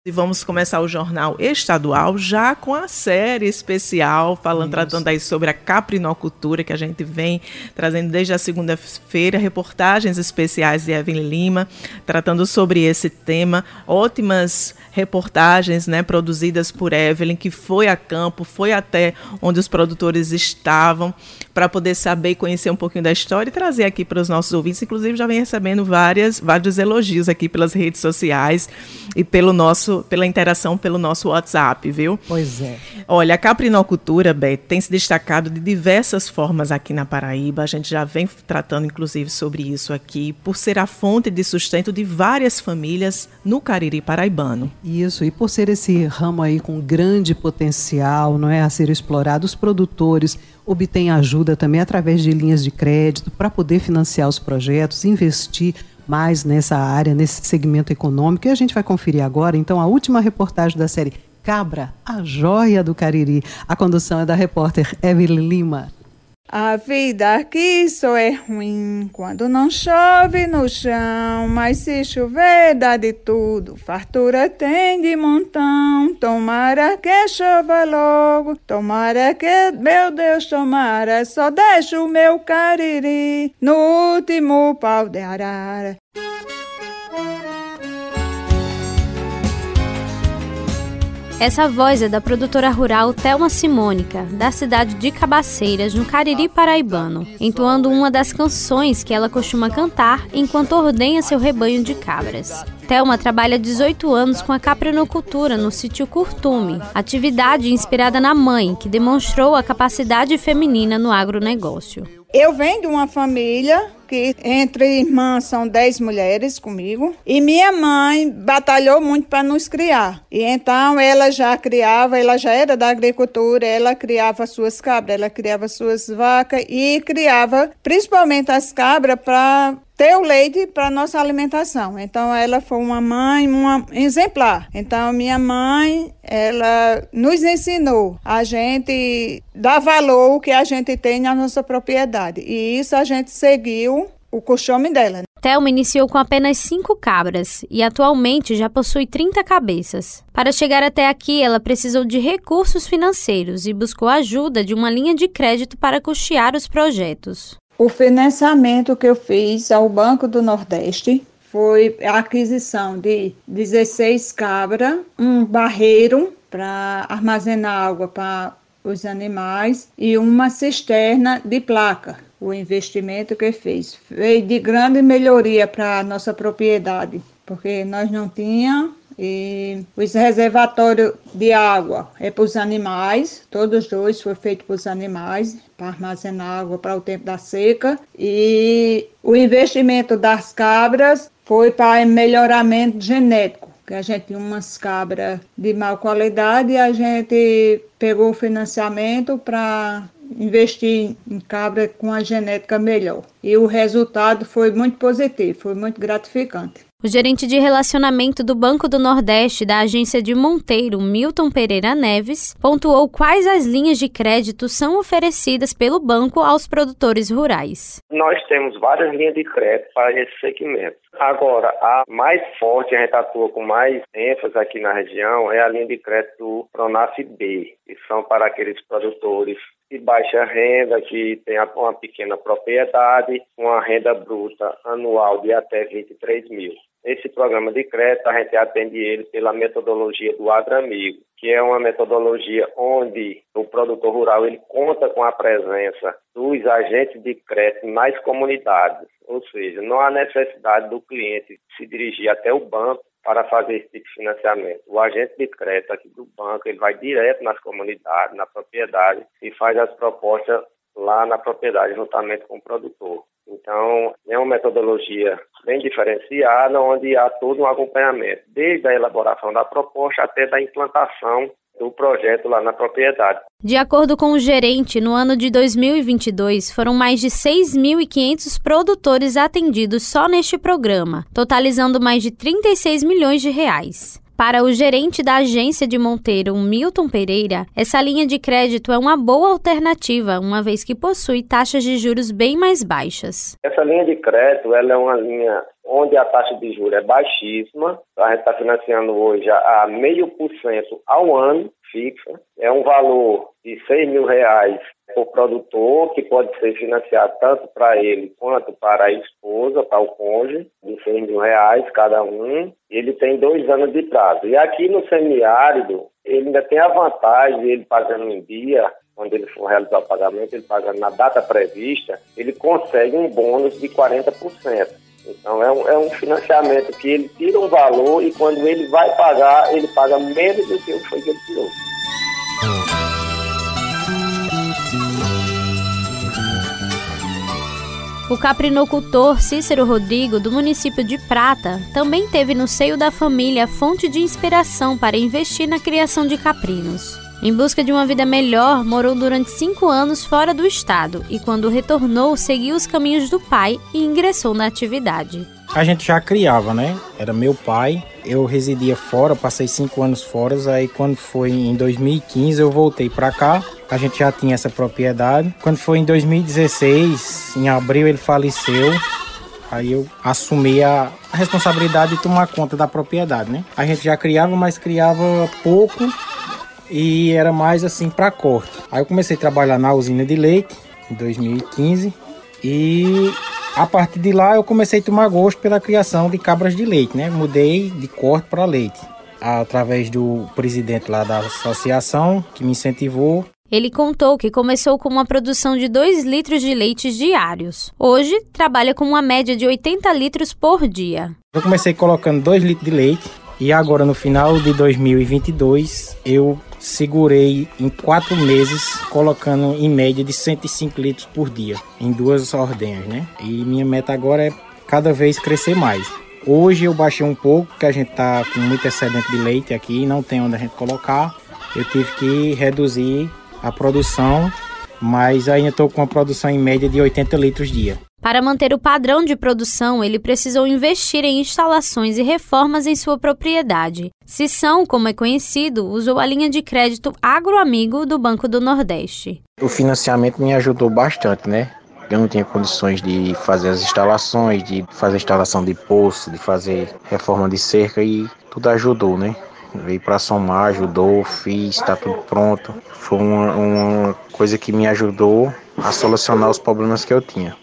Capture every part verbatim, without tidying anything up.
E vamos começar o Jornal Estadual já com a série especial, falando, Isso. tratando aí sobre a caprinocultura, que a gente vem trazendo desde a segunda-feira, reportagens especiais de Evelyn Lima, tratando sobre esse tema. Ótimas reportagens, né, produzidas por Evelyn, que foi a campo, foi até onde os produtores estavam, para poder saber e conhecer um pouquinho da história e trazer aqui para os nossos ouvintes. Inclusive, já vem recebendo várias, vários elogios aqui pelas redes sociais e pelo nosso, pela interação pelo nosso WhatsApp, viu? Pois é. Olha, a caprinocultura, Beth, tem se destacado de diversas formas aqui na Paraíba. A gente já vem tratando, inclusive, sobre isso aqui, por ser a fonte de sustento de várias famílias no Cariri paraibano. Isso, e por ser esse ramo aí com grande potencial, não é, a ser explorado, os produtores obtêm ajuda também através de linhas de crédito para poder financiar os projetos, investir mais nessa área, nesse segmento econômico. E a gente vai conferir agora, então, a última reportagem da série Cabra, a joia do Cariri. A condução é da repórter Evelyn Lima. A vida aqui só é ruim quando não chove no chão, mas se chover dá de tudo, fartura tem de montão. Tomara que chova logo, tomara que, meu Deus, tomara, só deixa o meu Cariri no último pau de arara. Essa voz é da produtora rural Thelma Simônica, da cidade de Cabaceiras, no Cariri paraibano, entoando uma das canções que ela costuma cantar enquanto ordenha seu rebanho de cabras. Thelma trabalha há dezoito anos com a caprinocultura no sítio Curtume, atividade inspirada na mãe, que demonstrou a capacidade feminina no agronegócio. Eu venho de uma família que entre irmãs são dez mulheres comigo e minha mãe batalhou muito para nos criar. E então ela já criava, ela já era da agricultura, ela criava suas cabras, ela criava suas vacas e criava principalmente as cabras para ter o leite para nossa alimentação. Então ela foi uma mãe uma exemplar. Então minha mãe, ela nos ensinou a gente dar valor ao que a gente tem na nossa propriedade. E isso a gente seguiu o costume dela. Thelma iniciou com apenas cinco cabras e atualmente já possui trinta cabeças. Para chegar até aqui, ela precisou de recursos financeiros e buscou a ajuda de uma linha de crédito para custear os projetos. O financiamento que eu fiz ao Banco do Nordeste foi a aquisição de dezesseis cabras, um barreiro para armazenar água para os animais e uma cisterna de placa. O investimento que eu fiz veio de grande melhoria para a nossa propriedade, porque nós não tínhamos. E os reservatórios de água é para os animais, todos dois foram feitos para os animais, para armazenar água para o tempo da seca. E o investimento das cabras foi para melhoramento genético, que a gente tinha umas cabras de má qualidade e a gente pegou o financiamento para investir em cabra com a genética melhor. E o resultado foi muito positivo, foi muito gratificante. O gerente de relacionamento do Banco do Nordeste da agência de Monteiro, Milton Pereira Neves, pontuou quais as linhas de crédito são oferecidas pelo banco aos produtores rurais. Nós temos várias linhas de crédito para esse segmento. Agora, a mais forte, a gente atua com mais ênfase aqui na região, é a linha de crédito do Pronaf B, que são para aqueles produtores de baixa renda, que tem uma pequena propriedade, uma renda bruta anual de até vinte e três mil. Esse programa de crédito, a gente atende ele pela metodologia do AgroAmigo, que é uma metodologia onde o produtor rural ele conta com a presença dos agentes de crédito nas comunidades. Ou seja, não há necessidade do cliente se dirigir até o banco para fazer esse tipo de financiamento. O agente de crédito aqui do banco, ele vai direto nas comunidades, na propriedade, e faz as propostas lá na propriedade, juntamente com o produtor. Então, é uma metodologia bem diferenciada, onde há todo um acompanhamento, desde a elaboração da proposta até da implantação do projeto lá na propriedade. De acordo com o gerente, no ano de dois mil e vinte e dois, foram mais de seis mil e quinhentos produtores atendidos só neste programa, totalizando mais de trinta e seis milhões de reais. para o gerente da agência de Monteiro, Milton Pereira, essa linha de crédito é uma boa alternativa, uma vez que possui taxas de juros bem mais baixas. Essa linha de crédito ela é uma linha onde a taxa de juros é baixíssima. A gente está financiando hoje a meio por cento ao ano, fixa. É um valor de seis mil reais por produtor, que pode ser financiado tanto para ele quanto para a esposa, para o cônjuge, de seis mil reais cada um. Ele tem dois anos de prazo. E aqui no semiárido, ele ainda tem a vantagem de ele pagando em dia, quando ele for realizar o pagamento, ele pagando na data prevista, ele consegue um bônus de quarenta por cento. Então é um, é um financiamento que ele tira um valor e quando ele vai pagar, ele paga menos do que foi que ele tirou. O caprinocultor Cícero Rodrigo, do município de Prata, também teve no seio da família fonte de inspiração para investir na criação de caprinos. Em busca de uma vida melhor, morou durante cinco anos fora do estado e, quando retornou, seguiu os caminhos do pai e ingressou na atividade. A gente já criava, né? Era meu pai. Eu residia fora, passei cinco anos fora. Aí, quando foi em dois mil e quinze, eu voltei para cá. A gente já tinha essa propriedade. Quando foi em dois mil e dezesseis, em abril, ele faleceu. Aí eu assumi a, a responsabilidade de tomar conta da propriedade, né? A gente já criava, mas criava pouco. E era mais assim para corte. Aí eu comecei a trabalhar na usina de leite em dois mil e quinze e a partir de lá eu comecei a tomar gosto pela criação de cabras de leite, né? Mudei de corte para leite, através do presidente lá da associação que me incentivou. Ele contou que começou com uma produção de dois litros de leite diários. Hoje, trabalha com uma média de oitenta litros por dia. Eu comecei colocando dois litros de leite e agora no final de dois mil e vinte e dois eu segurei em quatro meses colocando em média de cento e cinco litros por dia em duas ordenhas, né? E minha meta agora é cada vez crescer mais. Hoje eu baixei um pouco, porque a gente tá com muito excedente de leite aqui, não tem onde a gente colocar. Eu tive que reduzir a produção, mas ainda estou com uma produção em média de oitenta litros dia. Para manter o padrão de produção, ele precisou investir em instalações e reformas em sua propriedade. Cição, como é conhecido, usou a linha de crédito Agroamigo do Banco do Nordeste. O financiamento me ajudou bastante, né? Eu não tinha condições de fazer as instalações, de fazer instalação de poço, de fazer reforma de cerca e tudo ajudou, né? Veio para somar, ajudou, fiz, está tudo pronto. Foi uma, uma coisa que me ajudou a solucionar os problemas que eu tinha.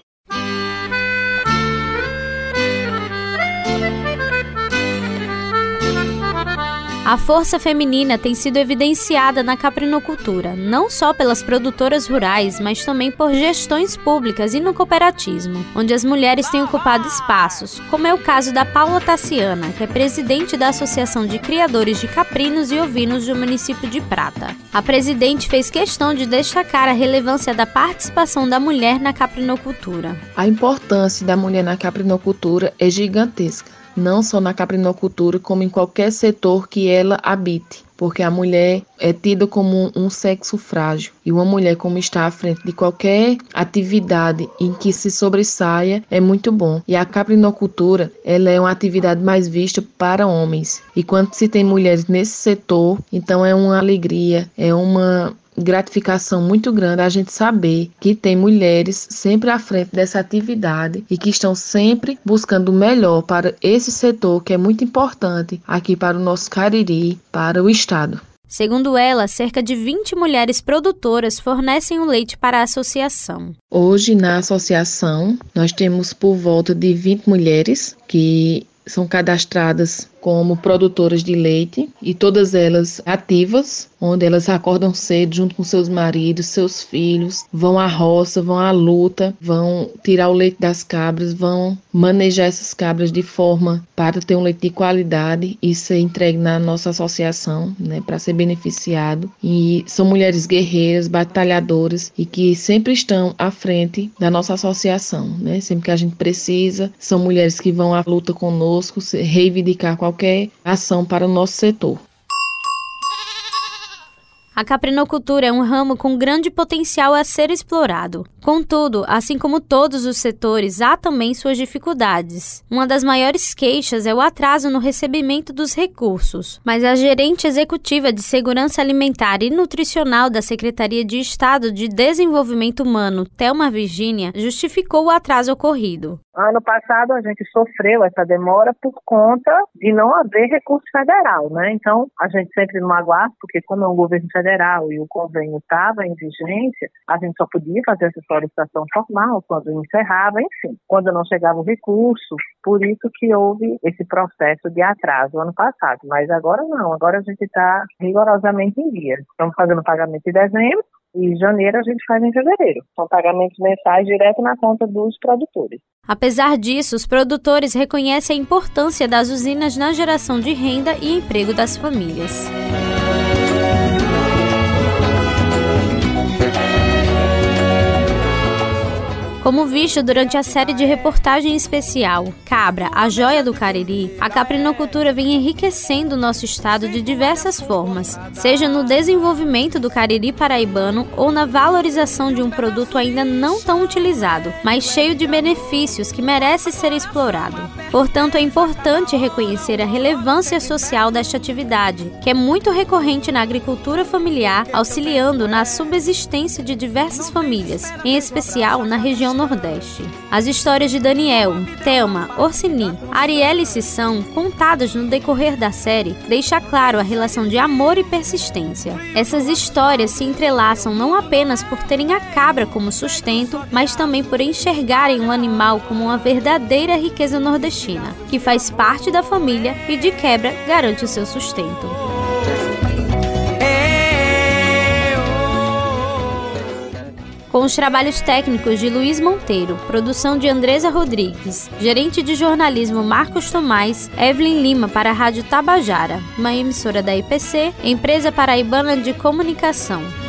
A força feminina tem sido evidenciada na caprinocultura, não só pelas produtoras rurais, mas também por gestões públicas e no cooperativismo, onde as mulheres têm ocupado espaços, como é o caso da Paula Tassiana, que é presidente da Associação de Criadores de Caprinos e Ovinos do município de Prata. A presidente fez questão de destacar a relevância da participação da mulher na caprinocultura. A importância da mulher na caprinocultura é gigantesca. Não só na caprinocultura, como em qualquer setor que ela habite, porque a mulher é tida como um sexo frágil e uma mulher como está à frente de qualquer atividade em que se sobressaia é muito bom. E a caprinocultura, ela é uma atividade mais vista para homens e quando se tem mulheres nesse setor, então é uma alegria, é uma gratificação muito grande a gente saber que tem mulheres sempre à frente dessa atividade e que estão sempre buscando o melhor para esse setor que é muito importante aqui para o nosso Cariri, para o estado. Segundo ela, cerca de vinte mulheres produtoras fornecem o leite para a associação. Hoje na associação nós temos por volta de vinte mulheres que são cadastradas como produtoras de leite e todas elas ativas, onde elas acordam cedo junto com seus maridos, seus filhos, vão à roça, vão à luta, vão tirar o leite das cabras, vão manejar essas cabras de forma para ter um leite de qualidade e ser entregue na nossa associação, né, para ser beneficiado. E são mulheres guerreiras, batalhadoras e que sempre estão à frente da nossa associação, né, sempre que a gente precisa. São mulheres que vão à luta conosco, reivindicar qualquer ação para o nosso setor. A caprinocultura é um ramo com grande potencial a ser explorado. Contudo, assim como todos os setores, há também suas dificuldades. Uma das maiores queixas é o atraso no recebimento dos recursos, mas a gerente executiva de Segurança Alimentar e Nutricional da Secretaria de Estado de Desenvolvimento Humano, Thelma Virgínia, justificou o atraso ocorrido. Ano passado a gente sofreu essa demora por conta de não haver recurso federal, né? Então a gente sempre no aguardo, porque como é um governo federal e o convênio estava em vigência, a gente só podia fazer essa solicitação formal quando encerrava, enfim, quando não chegava o recurso. Por isso que houve esse processo de atraso ano passado. Mas agora não, agora a gente está rigorosamente em dia. Estamos fazendo pagamento em dezembro. E em janeiro a gente faz em fevereiro. São pagamentos mensais direto na conta dos produtores. Apesar disso, os produtores reconhecem a importância das usinas na geração de renda e emprego das famílias. Como visto durante a série de reportagem especial Cabra, a Joia do Cariri, a caprinocultura vem enriquecendo o nosso estado de diversas formas, seja no desenvolvimento do Cariri paraibano ou na valorização de um produto ainda não tão utilizado, mas cheio de benefícios que merece ser explorado. Portanto, é importante reconhecer a relevância social desta atividade, que é muito recorrente na agricultura familiar, auxiliando na subsistência de diversas famílias, em especial na região Nordeste. As histórias de Daniel, Thelma, Orsini, Arielle e Sissão, contadas no decorrer da série, deixa claro a relação de amor e persistência. Essas histórias se entrelaçam não apenas por terem a cabra como sustento, mas também por enxergarem o animal como uma verdadeira riqueza nordestina, que faz parte da família e de quebra garante o seu sustento. Com os trabalhos técnicos de Luiz Monteiro, produção de Andresa Rodrigues, gerente de jornalismo Marcos Tomás, Evelyn Lima para a Rádio Tabajara, uma emissora da I P C, Empresa Paraibana de Comunicação.